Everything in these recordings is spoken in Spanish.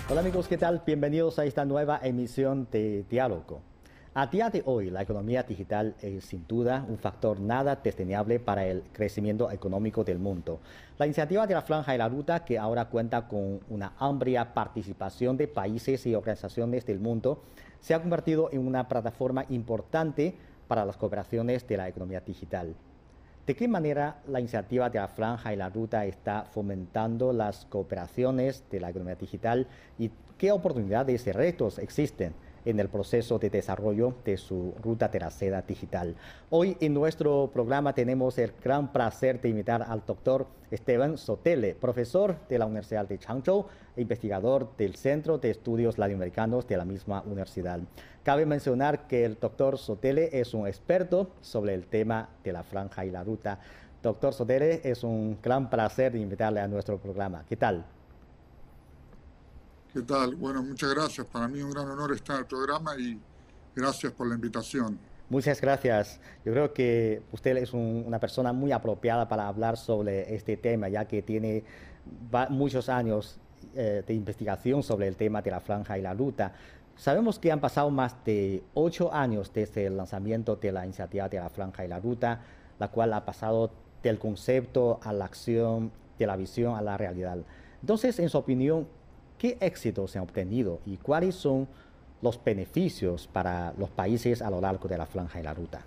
Hola amigos, ¿qué tal? Bienvenidos a esta nueva emisión de Diálogo. A día de hoy, la economía digital es sin duda un factor nada desdeñable para el crecimiento económico del mundo. La iniciativa de la Franja de la Ruta, que ahora cuenta con una amplia participación de países y organizaciones del mundo, se ha convertido en una plataforma importante para las cooperaciones de la economía digital. ¿De qué manera la iniciativa de la Franja y la Ruta está fomentando las cooperaciones de la economía digital y qué oportunidades y retos existen en el proceso de desarrollo de su ruta de la seda digital? Hoy en nuestro programa tenemos el gran placer de invitar al doctor Esteban Sotele, profesor de la Universidad de Changzhou e investigador del Centro de Estudios Latinoamericanos de la misma universidad. Cabe mencionar que el doctor Sotele es un experto sobre el tema de la Franja y la Ruta. Doctor Sotele, es un gran placer invitarle a nuestro programa. ¿Qué tal? ¿Qué tal? Bueno, muchas gracias. Para mí es un gran honor estar en el programa y gracias por la invitación. Muchas gracias. Yo creo que usted es una persona muy apropiada para hablar sobre este tema, ya que tiene muchos años de investigación sobre el tema de la Franja y la Ruta. Sabemos que han pasado más de 8 años desde el lanzamiento de la iniciativa de la Franja y la Ruta, la cual ha pasado del concepto a la acción, de la visión a la realidad. Entonces, en su opinión, ¿qué éxitos se han obtenido y cuáles son los beneficios para los países a lo largo de la Franja y la Ruta?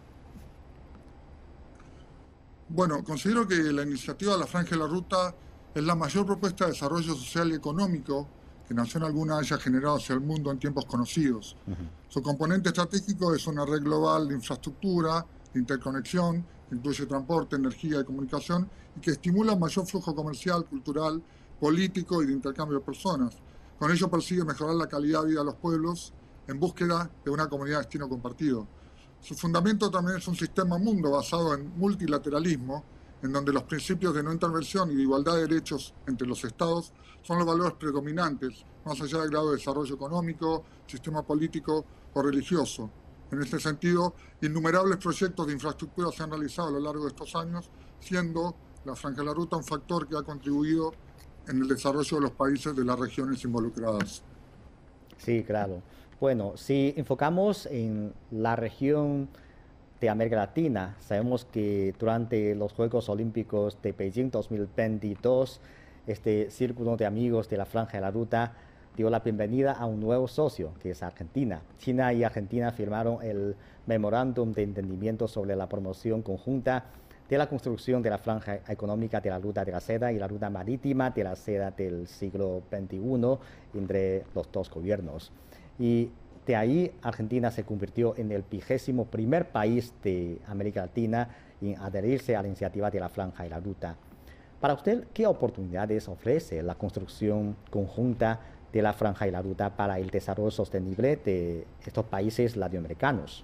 Bueno, considero que la iniciativa de la Franja de la Ruta es la mayor propuesta de desarrollo social y económico que nación alguna haya generado hacia el mundo en tiempos conocidos. Ujú. Su componente estratégico es una red global de infraestructura, de interconexión, que incluye transporte, energía y comunicación, y que estimula un mayor flujo comercial, cultural, político y de intercambio de personas. Con ello persigue mejorar la calidad de vida de los pueblos en búsqueda de una comunidad de destino compartido. Su fundamento también es un sistema mundo basado en multilateralismo, en donde los principios de no intervención y de igualdad de derechos entre los estados son los valores predominantes, más allá del grado de desarrollo económico, sistema político o religioso. En este sentido, innumerables proyectos de infraestructura se han realizado a lo largo de estos años, siendo la Franja de la Ruta un factor que ha contribuido en el desarrollo de los países de las regiones involucradas. Sí, claro. Bueno, si enfocamos en la región de América Latina, sabemos que durante los Juegos Olímpicos de Beijing 2022, este círculo de amigos de la Franja de la Ruta dio la bienvenida a un nuevo socio, que es Argentina. China y Argentina firmaron el memorándum de entendimiento sobre la promoción conjunta de la construcción de la franja económica de la ruta de la seda y la ruta marítima de la seda del siglo XXI entre los dos gobiernos. Y de ahí Argentina se convirtió en el 21º país de América Latina en adherirse a la iniciativa de la Franja y la Ruta. Para usted, ¿qué oportunidades ofrece la construcción conjunta de la Franja y la Ruta para el desarrollo sostenible de estos países latinoamericanos?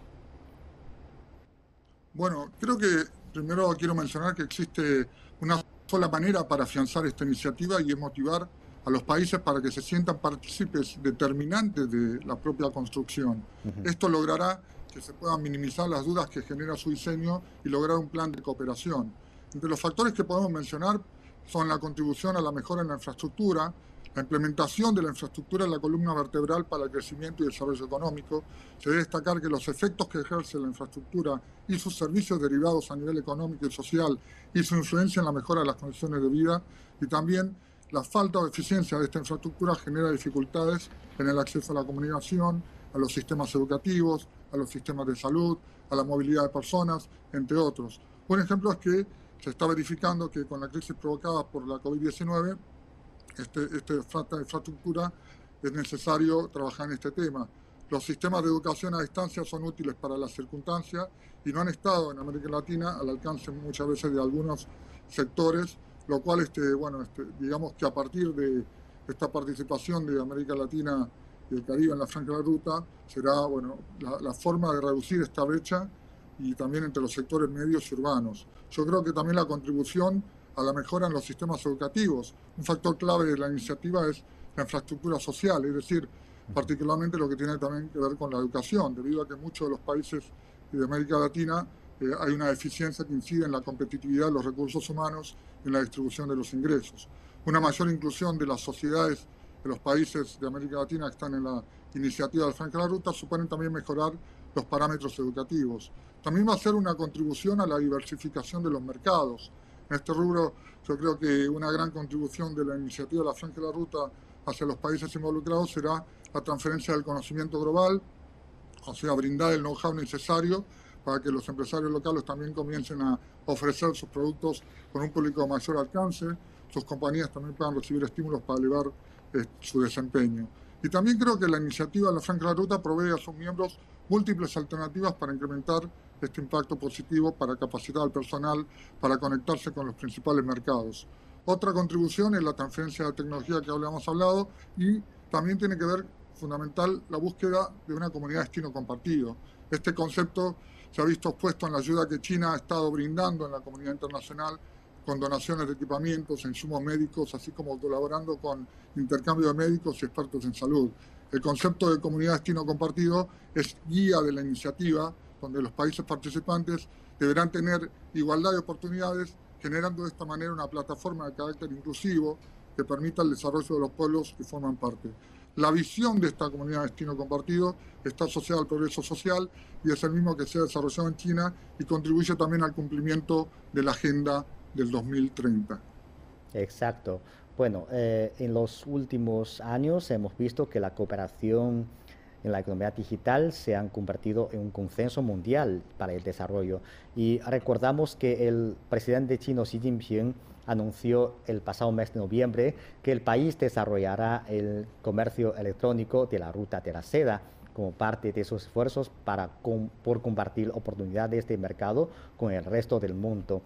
Bueno, creo que primero quiero mencionar que existe una sola manera para afianzar esta iniciativa y es motivar a los países para que se sientan partícipes determinantes de la propia construcción. Ujú. Esto logrará que se puedan minimizar las dudas que genera su diseño y lograr un plan de cooperación. Entre los factores que podemos mencionar son la contribución a la mejora en la infraestructura, la implementación de la infraestructura en la columna vertebral para el crecimiento y desarrollo económico. Se debe destacar que los efectos que ejerce la infraestructura y sus servicios derivados a nivel económico y social y su influencia en la mejora de las condiciones de vida, y también la falta de eficiencia de esta infraestructura genera dificultades en el acceso a la comunicación, a los sistemas educativos, a los sistemas de salud, a la movilidad de personas, entre otros. Un ejemplo es que se está verificando que con la crisis provocada por la COVID-19, esta falta de infraestructura, es necesario trabajar en este tema. Los sistemas de educación a distancia son útiles para las circunstancias y no han estado en América Latina al alcance muchas veces de algunos sectores, lo cual, digamos que a partir de esta participación de América Latina y el Caribe en la Franja de la Ruta, será la forma de reducir esta brecha y también entre los sectores medios y urbanos. Yo creo que también la contribución a la mejora en los sistemas educativos. Un factor clave de la iniciativa es la infraestructura social, es decir, particularmente lo que tiene también que ver con la educación, debido a que en muchos de los países de América Latina hay una deficiencia que incide en la competitividad de los recursos humanos y en la distribución de los ingresos. Una mayor inclusión de las sociedades de los países de América Latina que están en la iniciativa del Franja de la Ruta suponen también mejorar los parámetros educativos. También va a ser una contribución a la diversificación de los mercados. En este rubro, yo creo que una gran contribución de la iniciativa de la Franja de la Ruta hacia los países involucrados será la transferencia del conocimiento global, o sea, brindar el know-how necesario para que los empresarios locales también comiencen a ofrecer sus productos con un público de mayor alcance, sus compañías también puedan recibir estímulos para elevar su desempeño. Y también creo que la iniciativa de la Franja de la Ruta provee a sus miembros múltiples alternativas para incrementar este impacto positivo, para capacitar al personal, para conectarse con los principales mercados. Otra contribución es la transferencia de tecnología que habíamos hablado y también tiene que ver fundamental la búsqueda de una comunidad de destino compartido. Este concepto se ha visto expuesto en la ayuda que China ha estado brindando en la comunidad internacional con donaciones de equipamientos, insumos médicos, así como colaborando con intercambio de médicos y expertos en salud. El concepto de comunidad de destino compartido es guía de la iniciativa, donde los países participantes deberán tener igualdad de oportunidades, generando de esta manera una plataforma de carácter inclusivo que permita el desarrollo de los pueblos que forman parte. La visión de esta comunidad de destino compartido está asociada al progreso social y es el mismo que se ha desarrollado en China y contribuye también al cumplimiento de la Agenda del 2030. Exacto. Bueno, en los últimos años hemos visto que la cooperación en la economía digital se han convertido en un consenso mundial para el desarrollo. Y recordamos que el presidente chino Xi Jinping anunció el pasado mes de noviembre que el país desarrollará el comercio electrónico de la ruta de la seda como parte de sus esfuerzos por compartir oportunidades de mercado con el resto del mundo.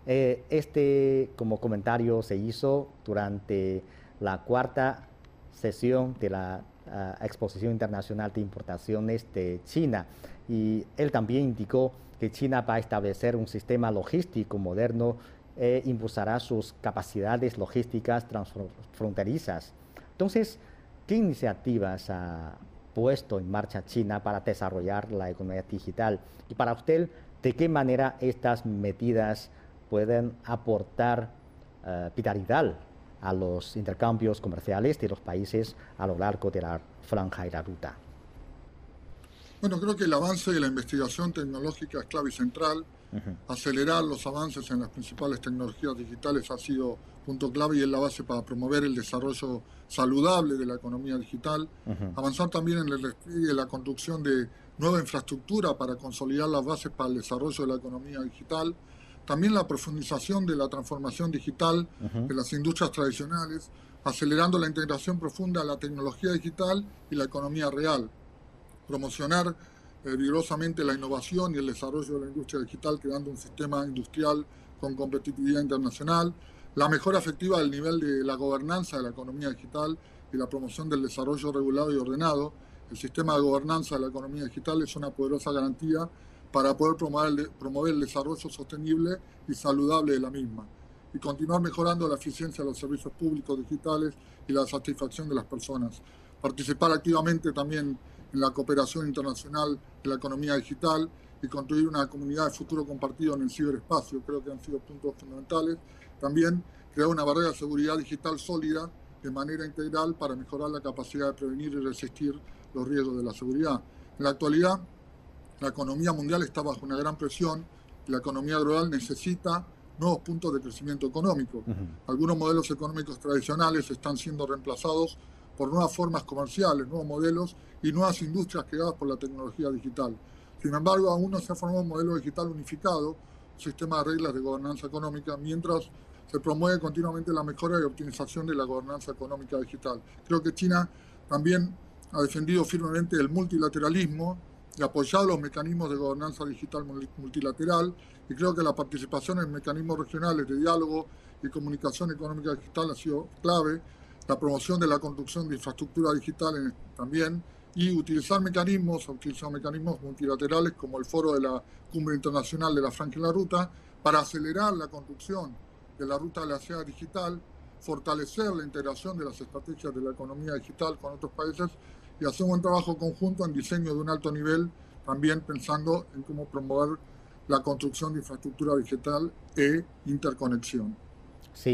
Como comentario se hizo durante la cuarta sesión de la Exposición Internacional de Importaciones de China, y él también indicó que China va a establecer un sistema logístico moderno e impulsará sus capacidades logísticas transfronterizas. Entonces, ¿qué iniciativas ha puesto en marcha China para desarrollar la economía digital? Y para usted, ¿de qué manera estas medidas pueden aportar vitalidad a los intercambios comerciales de los países a lo largo de la Franja y la Ruta? Bueno, creo que el avance de la investigación tecnológica es clave y central. Acelerar los avances en las principales tecnologías digitales ha sido punto clave y es la base para promover el desarrollo saludable de la economía digital. Avanzar también en el despliegue de la construcción de nueva infraestructura para consolidar las bases para el desarrollo de la economía digital. También la profundización de la transformación digital de las industrias tradicionales, acelerando la integración profunda de la tecnología digital y la economía real. Promocionar vigorosamente la innovación y el desarrollo de la industria digital, creando un sistema industrial con competitividad internacional, la mejora efectiva del nivel de la gobernanza de la economía digital y la promoción del desarrollo regulado y ordenado. El sistema de gobernanza de la economía digital es una poderosa garantía para poder promover el desarrollo sostenible y saludable de la misma, y continuar mejorando la eficiencia de los servicios públicos digitales y la satisfacción de las personas. Participar activamente también en la cooperación internacional de la economía digital y construir una comunidad de futuro compartido en el ciberespacio, creo que han sido puntos fundamentales. También crear una barrera de seguridad digital sólida de manera integral para mejorar la capacidad de prevenir y resistir los riesgos de la seguridad. En la actualidad, la economía mundial está bajo una gran presión y la economía global necesita nuevos puntos de crecimiento económico. Algunos modelos económicos tradicionales están siendo reemplazados por nuevas formas comerciales, nuevos modelos y nuevas industrias creadas por la tecnología digital. Sin embargo, aún no se ha formado un modelo digital unificado, un sistema de reglas de gobernanza económica, mientras se promueve continuamente la mejora y optimización de la gobernanza económica digital. Creo que China también ha defendido firmemente el multilateralismo y apoyado los mecanismos de gobernanza digital multilateral, y creo que la participación en mecanismos regionales de diálogo y comunicación económica digital ha sido clave, la promoción de la construcción de infraestructura digital también, y utilizar mecanismos multilaterales como el Foro de la Cumbre Internacional de la Franja y la Ruta para acelerar la construcción de la Ruta de la Seda Digital, fortalecer la integración de las estrategias de la economía digital con otros países y hacer un buen trabajo conjunto en diseño de un alto nivel, también pensando en cómo promover la construcción de infraestructura digital e interconexión. Sí,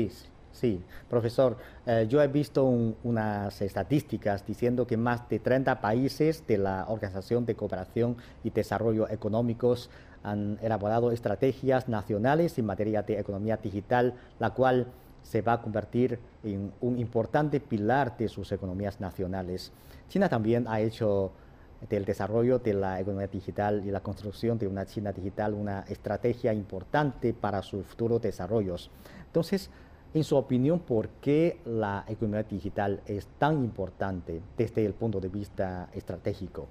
Sí, profesor, yo he visto unas estadísticas diciendo que más de 30 países de la Organización de Cooperación y Desarrollo Económicos han elaborado estrategias nacionales en materia de economía digital, la cual se va a convertir en un importante pilar de sus economías nacionales. China también ha hecho del desarrollo de la economía digital y la construcción de una China digital una estrategia importante para sus futuros desarrollos. Entonces, en su opinión, ¿por qué la economía digital es tan importante desde el punto de vista estratégico?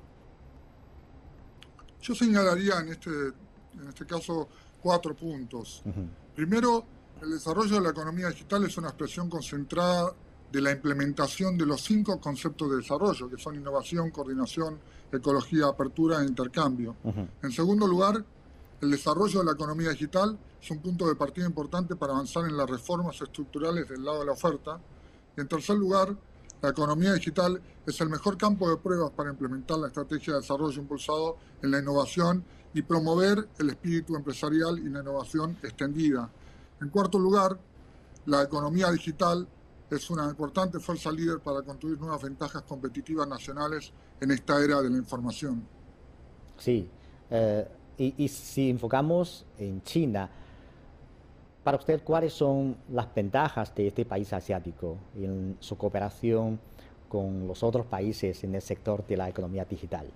Yo señalaría en este caso 4 puntos. Ujú, Primero, el desarrollo de la economía digital es una expresión concentrada de la implementación de los 5 conceptos de desarrollo, que son innovación, coordinación, ecología, apertura e intercambio. ujú. En segundo lugar, el desarrollo de la economía digital es un punto de partida importante para avanzar en las reformas estructurales del lado de la oferta. Y en tercer lugar, la economía digital es el mejor campo de pruebas para implementar la estrategia de desarrollo impulsado en la innovación y promover el espíritu empresarial y la innovación extendida. En cuarto lugar, la economía digital es una importante fuerza líder para construir nuevas ventajas competitivas nacionales en esta era de la información. Sí, eh, y si enfocamos en China, para usted, ¿cuáles son las ventajas de este país asiático en su cooperación con los otros países en el sector de la economía digital?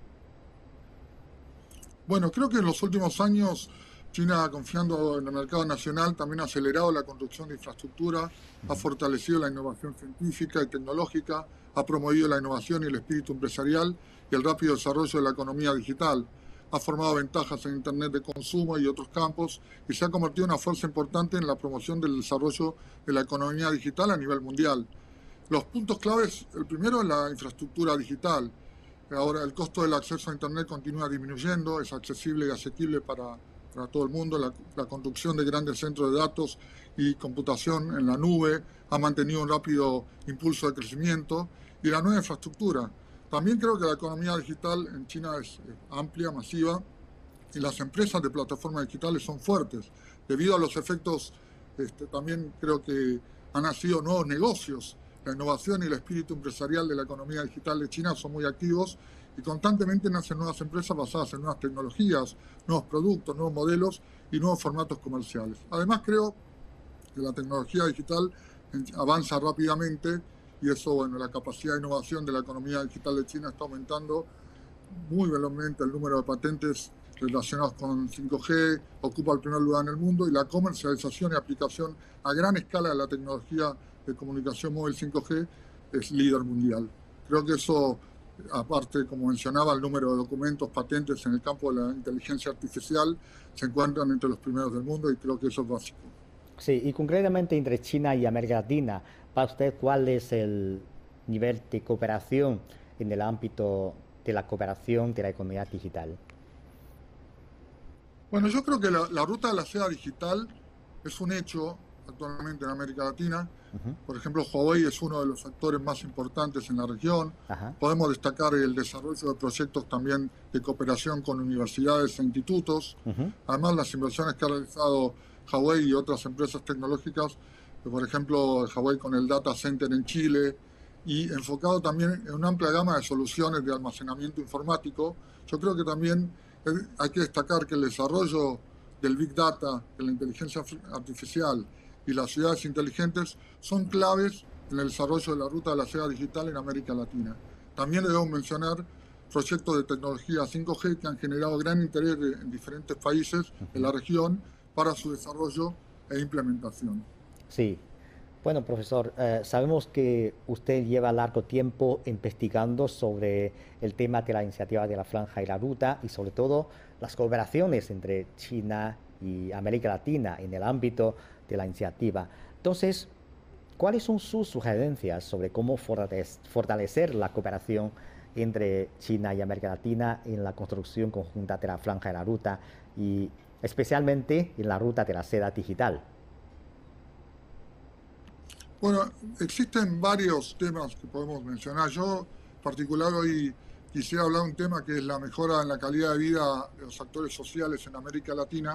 Bueno, creo que en los últimos años China, confiando en el mercado nacional, también ha acelerado la construcción de infraestructura, ha fortalecido la innovación científica y tecnológica, ha promovido la innovación y el espíritu empresarial y el rápido desarrollo de la economía digital. Ha formado ventajas en Internet de consumo y otros campos y se ha convertido en una fuerza importante en la promoción del desarrollo de la economía digital a nivel mundial. Los puntos claves, el primero es la infraestructura digital. Ahora el costo del acceso a Internet continúa disminuyendo, es accesible y asequible para todo el mundo. La conducción de grandes centros de datos y computación en la nube ha mantenido un rápido impulso de crecimiento y la nueva infraestructura. También creo que la economía digital en China es amplia, masiva, y las empresas de plataformas digitales son fuertes. Debido a los efectos, también creo que han nacido nuevos negocios. La innovación y el espíritu empresarial de la economía digital de China son muy activos y constantemente nacen nuevas empresas basadas en nuevas tecnologías, nuevos productos, nuevos modelos y nuevos formatos comerciales. Además, creo que la tecnología digital avanza rápidamente y eso, bueno, la capacidad de innovación de la economía digital de China está aumentando muy velozmente. El número de patentes relacionados con 5G ocupa el primer lugar en el mundo y la comercialización y aplicación a gran escala de la tecnología de comunicación móvil 5G es líder mundial. Creo que eso, aparte, como mencionaba, el número de documentos, patentes en el campo de la inteligencia artificial se encuentran entre los primeros del mundo y creo que eso es básico. Sí, y concretamente entre China y América Latina, para usted, ¿cuál es el nivel de cooperación en el ámbito de la cooperación de la economía digital? Bueno, yo creo que la ruta de la seda digital es un hecho actualmente en América Latina. Ujú, Por ejemplo, Huawei es uno de los actores más importantes en la región. ajá, Podemos destacar el desarrollo de proyectos también de cooperación con universidades e institutos. ujú, Además, las inversiones que ha realizado Huawei y otras empresas tecnológicas, por ejemplo, Huawei con el Data Center en Chile, y enfocado también en una amplia gama de soluciones de almacenamiento informático. Yo creo que también hay que destacar que el desarrollo del Big Data, de la inteligencia artificial y las ciudades inteligentes son claves en el desarrollo de la ruta de la seda digital en América Latina. También debemos mencionar proyectos de tecnología 5G que han generado gran interés en diferentes países de ujú. la región para su desarrollo e implementación. Sí. Bueno, profesor, sabemos que usted lleva largo tiempo investigando sobre el tema de la iniciativa de la Franja y la Ruta y sobre todo las cooperaciones entre China y América Latina en el ámbito de la iniciativa. Entonces, ¿cuáles son sus sugerencias sobre cómo fortalecer la cooperación entre China y América Latina en la construcción conjunta de la Franja y la Ruta y especialmente en la ruta de la seda digital? Bueno, existen varios temas que podemos mencionar. Yo, en particular, hoy quisiera hablar de un tema que es la mejora en la calidad de vida de los actores sociales en América Latina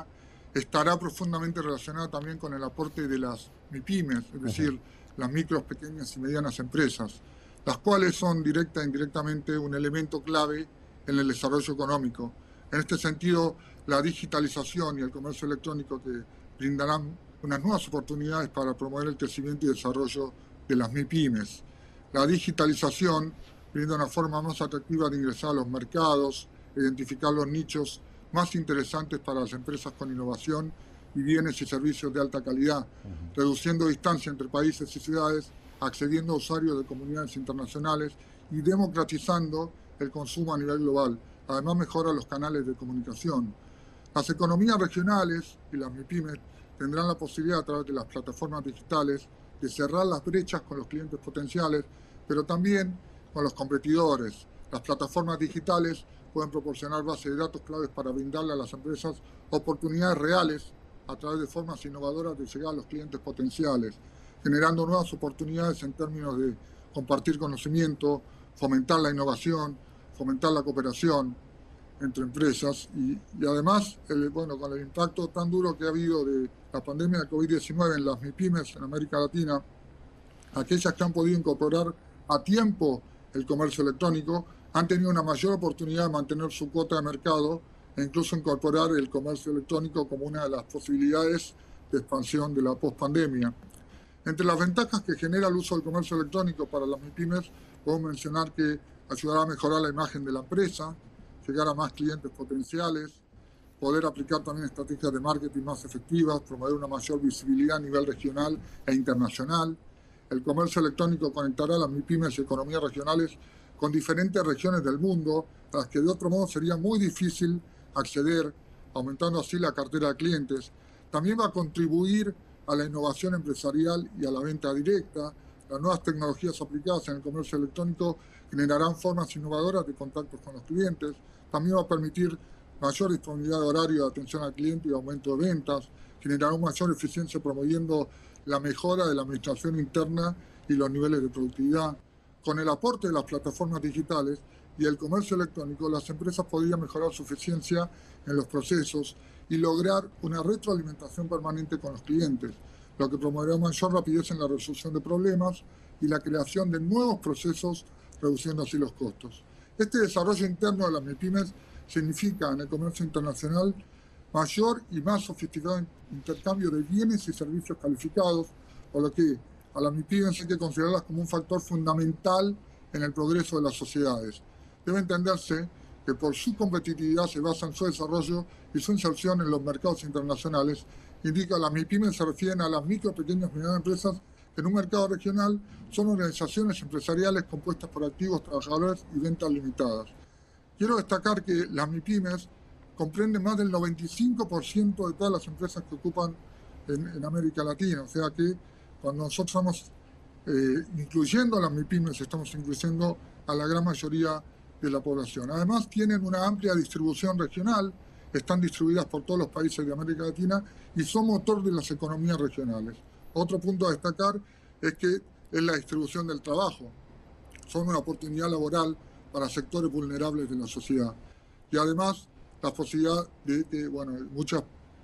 estará profundamente relacionada también con el aporte de las MIPYMES, es decir, las micros, pequeñas y medianas empresas, las cuales son directa e indirectamente un elemento clave en el desarrollo económico. En este sentido, la digitalización y el comercio electrónico que brindarán unas nuevas oportunidades para promover el crecimiento y desarrollo de las MIPYMES. La digitalización brinda una forma más atractiva de ingresar a los mercados, identificar los nichos más interesantes para las empresas con innovación y bienes y servicios de alta calidad, reduciendo distancia entre países y ciudades, accediendo a usuarios de comunidades internacionales y democratizando el consumo a nivel global. Además, mejora los canales de comunicación. Las economías regionales y las MIPYMES tendrán la posibilidad a través de las plataformas digitales de cerrar las brechas con los clientes potenciales, pero también con los competidores. Las plataformas digitales pueden proporcionar bases de datos claves para brindarle a las empresas oportunidades reales a través de formas innovadoras de llegar a los clientes potenciales, generando nuevas oportunidades en términos de compartir conocimiento, fomentar la innovación, fomentar la cooperación entre empresas y además, con el impacto tan duro que ha habido de la pandemia de COVID-19 en las MIPYMES en América Latina, aquellas que han podido incorporar a tiempo el comercio electrónico han tenido una mayor oportunidad de mantener su cuota de mercado e incluso incorporar el comercio electrónico como una de las posibilidades de expansión de la pospandemia. Entre las ventajas que genera el uso del comercio electrónico para las MIPYMES, podemos mencionar que ayudará a mejorar la imagen de la empresa, llegar a más clientes potenciales, poder aplicar también estrategias de marketing más efectivas, promover una mayor visibilidad a nivel regional e internacional. El comercio electrónico conectará a las MIPYMES y economías regionales con diferentes regiones del mundo, a las que de otro modo sería muy difícil acceder, aumentando así la cartera de clientes. También va a contribuir a la innovación empresarial y a la venta directa. Las nuevas tecnologías aplicadas en el comercio electrónico generarán formas innovadoras de contactos con los clientes. También va a permitir mayor disponibilidad de horario de atención al cliente y aumento de ventas. Generará una mayor eficiencia promoviendo la mejora de la administración interna y los niveles de productividad. Con el aporte de las plataformas digitales y el comercio electrónico, las empresas podrían mejorar su eficiencia en los procesos y lograr una retroalimentación permanente con los clientes, lo que promoverá mayor rapidez en la resolución de problemas y la creación de nuevos procesos, reduciendo así los costos. Este desarrollo interno de las MIPYMES significa en el comercio internacional mayor y más sofisticado intercambio de bienes y servicios calificados, por lo que a las MIPYMES hay que considerarlas como un factor fundamental en el progreso de las sociedades. Debe entenderse que por su competitividad se basa en su desarrollo y su inserción en los mercados internacionales. Indica que las MIPYMES se refieren a las micro, pequeñas y medianas empresas que en un mercado regional son organizaciones empresariales compuestas por activos, trabajadores y ventas limitadas. Quiero destacar que las MIPYMES comprenden más del 95% de todas las empresas que ocupan en América Latina, o sea que cuando nosotros estamos incluyendo a las MIPYMES, estamos incluyendo a la gran mayoría de la población. Además, tienen una amplia distribución regional, están distribuidas por todos los países de América Latina y son motor de las economías regionales. Otro punto a destacar es que es la distribución del trabajo. Son una oportunidad laboral para sectores vulnerables de la sociedad. Y además, la posibilidad de que muchas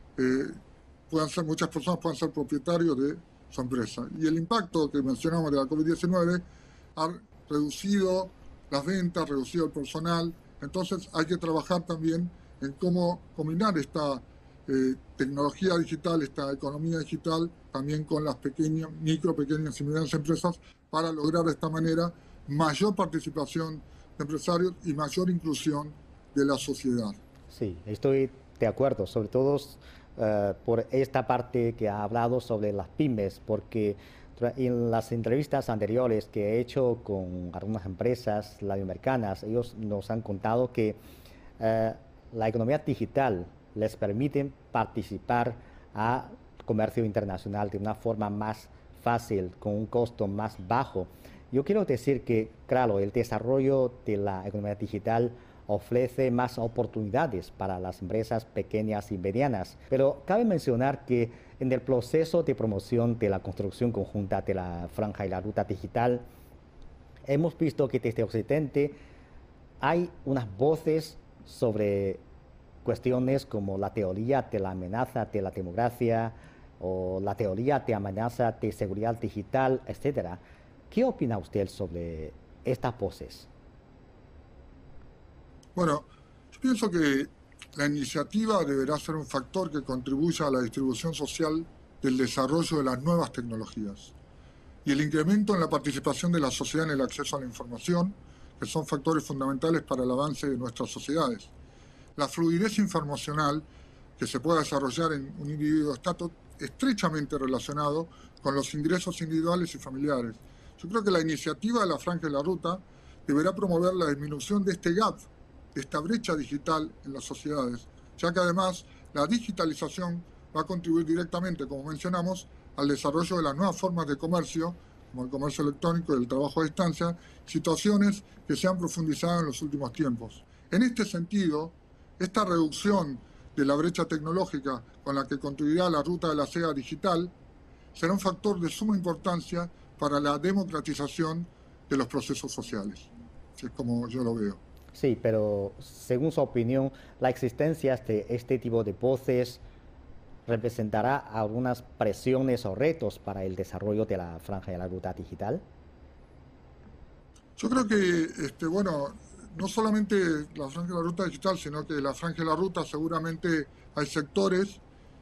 personas puedan ser propietarios de su empresa. Y el impacto que mencionamos de la COVID-19 ha reducido las ventas, reducido el personal. Entonces hay que trabajar también en cómo combinar esta tecnología digital, esta economía digital, también con las micro, pequeñas y medianas empresas para lograr de esta manera mayor participación de empresarios y mayor inclusión de la sociedad. Sí, estoy de acuerdo, sobre todo por esta parte que ha hablado sobre las pymes, porque en las entrevistas anteriores que he hecho con algunas empresas latinoamericanas, ellos nos han contado que la economía digital les permite participar a comercio internacional de una forma más fácil, con un costo más bajo. Yo quiero decir que, claro, el desarrollo de la economía digital ofrece más oportunidades para las empresas pequeñas y medianas, pero cabe mencionar que en el proceso de promoción de la construcción conjunta de la franja y la ruta digital, hemos visto que desde Occidente hay unas voces sobre cuestiones como la teoría de la amenaza de la democracia o la teoría de amenaza de seguridad digital, etcétera. ¿Qué opina usted sobre estas voces? Bueno, yo pienso que la iniciativa deberá ser un factor que contribuya a la distribución social del desarrollo de las nuevas tecnologías y el incremento en la participación de la sociedad en el acceso a la información, que son factores fundamentales para el avance de nuestras sociedades. La fluidez informacional que se pueda desarrollar en un individuo está estrechamente relacionado con los ingresos individuales y familiares. Yo creo que la iniciativa de la Franja de la Ruta deberá promover la disminución de este gap, de esta brecha digital en las sociedades, ya que además la digitalización va a contribuir directamente, como mencionamos, al desarrollo de las nuevas formas de comercio, como el comercio electrónico y el trabajo a distancia, situaciones que se han profundizado en los últimos tiempos. En este sentido, esta reducción de la brecha tecnológica con la que contribuirá la ruta de la seda digital será un factor de suma importancia para la democratización de los procesos sociales. Así es como yo lo veo. Sí, pero según su opinión, la existencia de este tipo de voces representará algunas presiones o retos para el desarrollo de la franja de la ruta digital. Yo creo que, bueno, no solamente la franja de la ruta digital, sino que la franja de la ruta seguramente hay sectores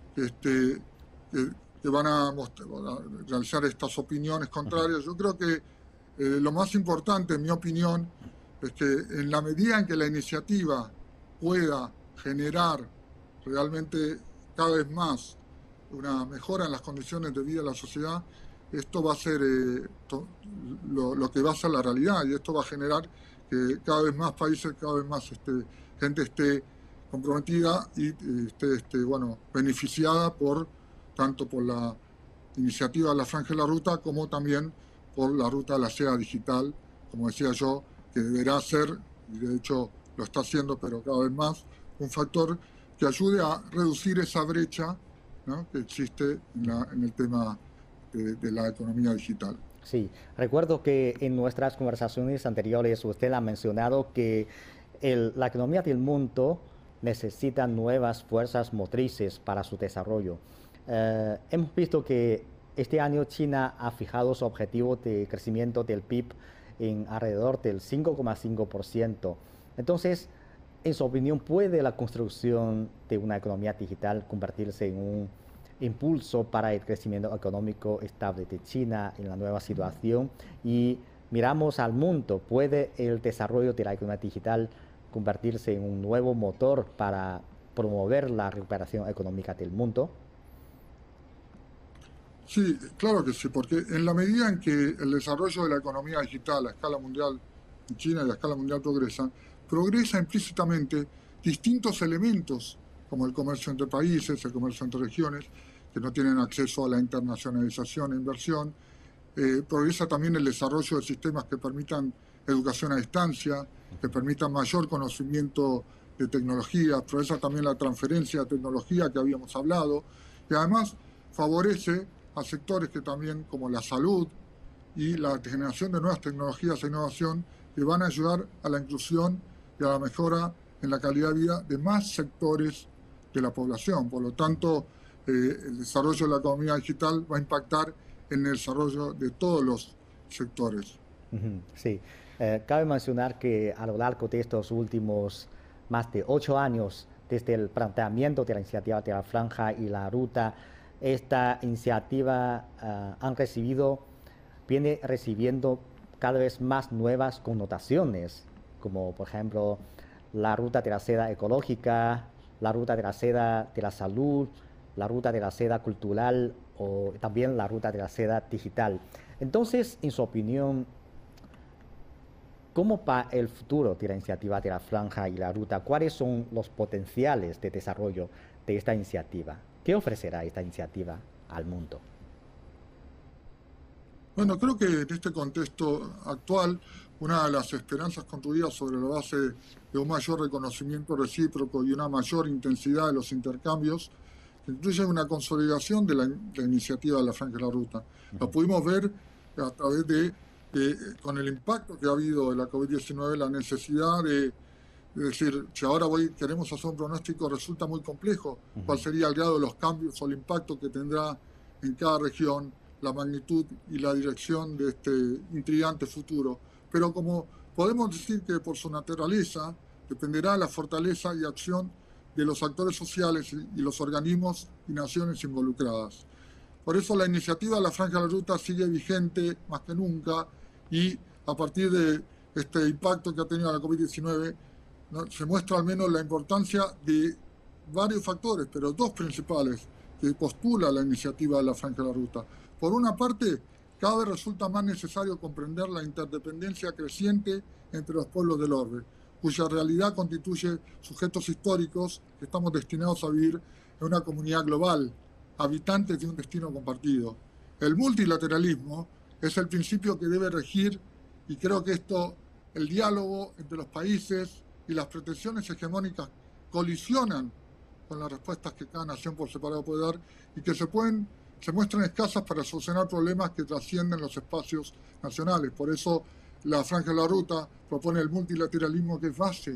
que van a realizar estas opiniones contrarias. Yo creo que lo más importante, en mi opinión, es que en la medida en que la iniciativa pueda generar realmente cada vez más una mejora en las condiciones de vida de la sociedad, esto va a ser lo que va a ser la realidad, y esto va a generar que cada vez más países, cada vez más gente esté comprometida y esté beneficiada tanto por la iniciativa de la Franja de la Ruta como también por la ruta de la seda digital, como decía yo, que deberá ser, y de hecho lo está haciendo, pero cada vez más, un factor que ayude a reducir esa brecha, ¿no?, que existe en el tema de la economía digital. Sí, recuerdo que en nuestras conversaciones anteriores usted ha mencionado que la economía del mundo necesita nuevas fuerzas motrices para su desarrollo. Hemos visto que este año China ha fijado su objetivo de crecimiento del PIB en alrededor del 5,5%. Entonces, en su opinión, ¿puede la construcción de una economía digital convertirse en un impulso para el crecimiento económico estable de China en la nueva situación? Y miramos al mundo, ¿puede el desarrollo de la economía digital convertirse en un nuevo motor para promover la recuperación económica del mundo? Sí, claro que sí, porque en la medida en que el desarrollo de la economía digital a escala mundial en China y a escala mundial progresa implícitamente distintos elementos, como el comercio entre países, el comercio entre regiones, que no tienen acceso a la internacionalización e inversión. Progresa también el desarrollo de sistemas que permitan educación a distancia, que permitan mayor conocimiento de tecnología, progresa también la transferencia de tecnología que habíamos hablado, y además favorece a sectores que también, como la salud y la generación de nuevas tecnologías e innovación, que van a ayudar a la inclusión y a la mejora en la calidad de vida de más sectores de la población. Por lo tanto, el desarrollo de la economía digital va a impactar en el desarrollo de todos los sectores. Sí, cabe mencionar que a lo largo de estos últimos más de 8 años, desde el planteamiento de la iniciativa de la Franja y la Ruta, esta iniciativa viene recibiendo cada vez más nuevas connotaciones, como por ejemplo la ruta de la seda ecológica, la ruta de la seda de la salud, la ruta de la seda cultural o también la ruta de la seda digital. Entonces, en su opinión, ¿cómo va el futuro de la iniciativa de la Franja y la Ruta? ¿Cuáles son los potenciales de desarrollo de esta iniciativa? ¿Qué ofrecerá esta iniciativa al mundo? Bueno, creo que en este contexto actual, una de las esperanzas construidas sobre la base de un mayor reconocimiento recíproco y una mayor intensidad de los intercambios, que incluye una consolidación de la iniciativa de la Franja de la Ruta. Lo pudimos ver a través con el impacto que ha habido de la COVID-19, la necesidad de Es decir, si ahora queremos hacer un pronóstico, resulta muy complejo cuál Ujú. sería el grado de los cambios o el impacto que tendrá en cada región, la magnitud y la dirección de este intrigante futuro. Pero como podemos decir que por su naturaleza dependerá de la fortaleza y acción de los actores sociales y los organismos y naciones involucradas. Por eso la iniciativa de la Franja de la Ruta sigue vigente más que nunca y a partir de este impacto que ha tenido la COVID-19, ¿no?, se muestra al menos la importancia de varios factores, pero dos principales que postula la iniciativa de la Franja de la Ruta. Por una parte, cada vez resulta más necesario comprender la interdependencia creciente entre los pueblos del orbe, cuya realidad constituye sujetos históricos que estamos destinados a vivir en una comunidad global, habitantes de un destino compartido. El multilateralismo es el principio que debe regir y creo que el diálogo entre los países y las pretensiones hegemónicas colisionan con las respuestas que cada nación por separado puede dar y que se muestran escasas para solucionar problemas que trascienden los espacios nacionales. Por eso la Franja de la Ruta propone el multilateralismo, que es base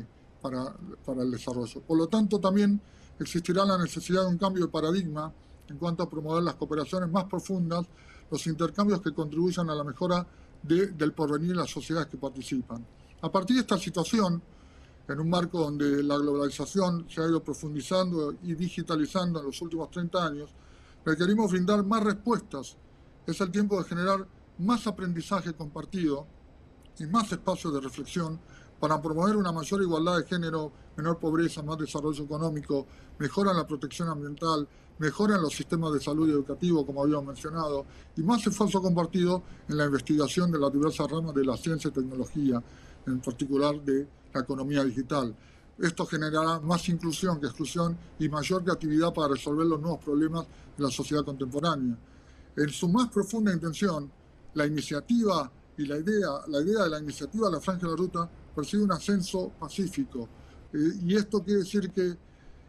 para el desarrollo. Por lo tanto, también existirá la necesidad de un cambio de paradigma en cuanto a promover las cooperaciones más profundas, los intercambios que contribuyan a la mejora del porvenir de las sociedades que participan. A partir de esta situación, en un marco donde la globalización se ha ido profundizando y digitalizando en los últimos 30 años, requerimos brindar más respuestas. Es el tiempo de generar más aprendizaje compartido y más espacios de reflexión para promover una mayor igualdad de género, menor pobreza, más desarrollo económico, mejora en la protección ambiental, mejora en los sistemas de salud y educativo, como habíamos mencionado, y más esfuerzo compartido en la investigación de las diversas ramas de la ciencia y tecnología, en particular de la economía digital. Esto generará más inclusión que exclusión y mayor creatividad para resolver los nuevos problemas de la sociedad contemporánea. En su más profunda intención, la iniciativa y la idea de la iniciativa de la Franja de la Ruta persigue un ascenso pacífico. Y esto quiere decir que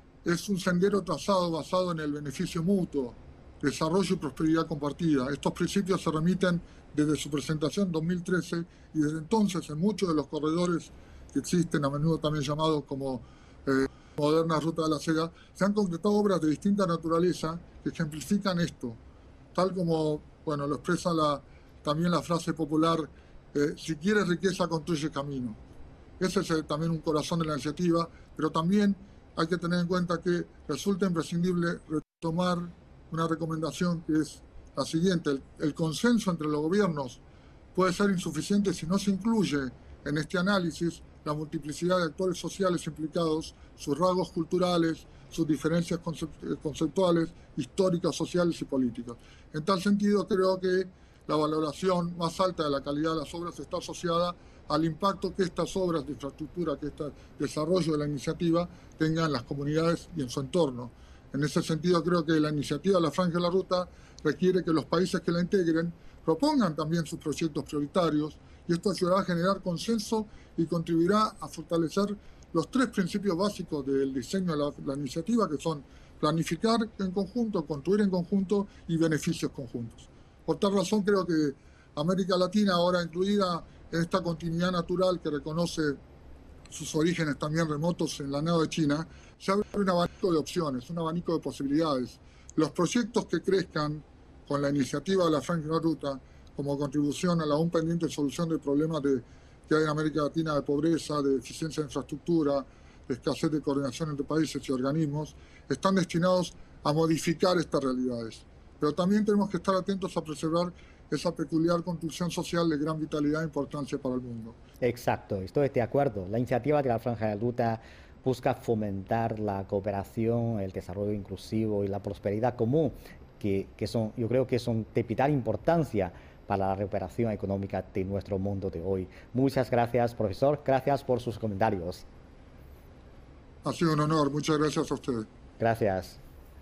es un sendero trazado basado en el beneficio mutuo, desarrollo y prosperidad compartida. Estos principios se remiten desde su presentación en 2013 y desde entonces en muchos de los corredores que existen, a menudo también llamados como modernas rutas de la seda, se han concretado obras de distinta naturaleza que ejemplifican esto, tal como lo expresa también la frase popular, si quieres riqueza, construye camino. Ese es también un corazón de la iniciativa, pero también hay que tener en cuenta que resulta imprescindible retomar una recomendación que es la siguiente. El consenso entre los gobiernos puede ser insuficiente si no se incluye en este análisis la multiplicidad de actores sociales implicados, sus rasgos culturales, sus diferencias conceptuales, históricas, sociales y políticas. En tal sentido, creo que la valoración más alta de la calidad de las obras está asociada al impacto que estas obras de infraestructura, que este desarrollo de la iniciativa tenga en las comunidades y en su entorno. En ese sentido, creo que la iniciativa de la Franja de la Ruta requiere que los países que la integren propongan también sus proyectos prioritarios, y esto ayudará a generar consenso y contribuirá a fortalecer los tres principios básicos del diseño de la iniciativa, que son planificar en conjunto, construir en conjunto y beneficios conjuntos. Por tal razón, creo que América Latina, ahora incluida en esta continuidad natural que reconoce sus orígenes también remotos en la nada de China, se abre un abanico de opciones, un abanico de posibilidades. Los proyectos que crezcan con la iniciativa de la Franja de la Ruta como contribución a la aún pendiente solución de problemas que hay en América Latina de pobreza, de deficiencia de infraestructura, de escasez de coordinación entre países y organismos, están destinados a modificar estas realidades. Pero también tenemos que estar atentos a preservar esa peculiar construcción social de gran vitalidad e importancia para el mundo. Exacto, estoy de acuerdo. La iniciativa de la Franja de la Ruta busca fomentar la cooperación, el desarrollo inclusivo y la prosperidad común, yo creo que son de vital importancia para la recuperación económica de nuestro mundo de hoy. Muchas gracias, profesor. Gracias por sus comentarios. Ha sido un honor. Muchas gracias a ustedes. Gracias.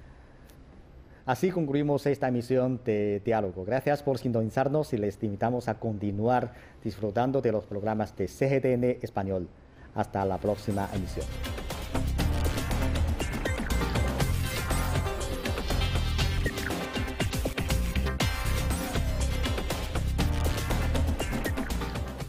Así concluimos esta emisión de Diálogo. Gracias por sintonizarnos y les invitamos a continuar disfrutando de los programas de CGTN Español. Hasta la próxima emisión.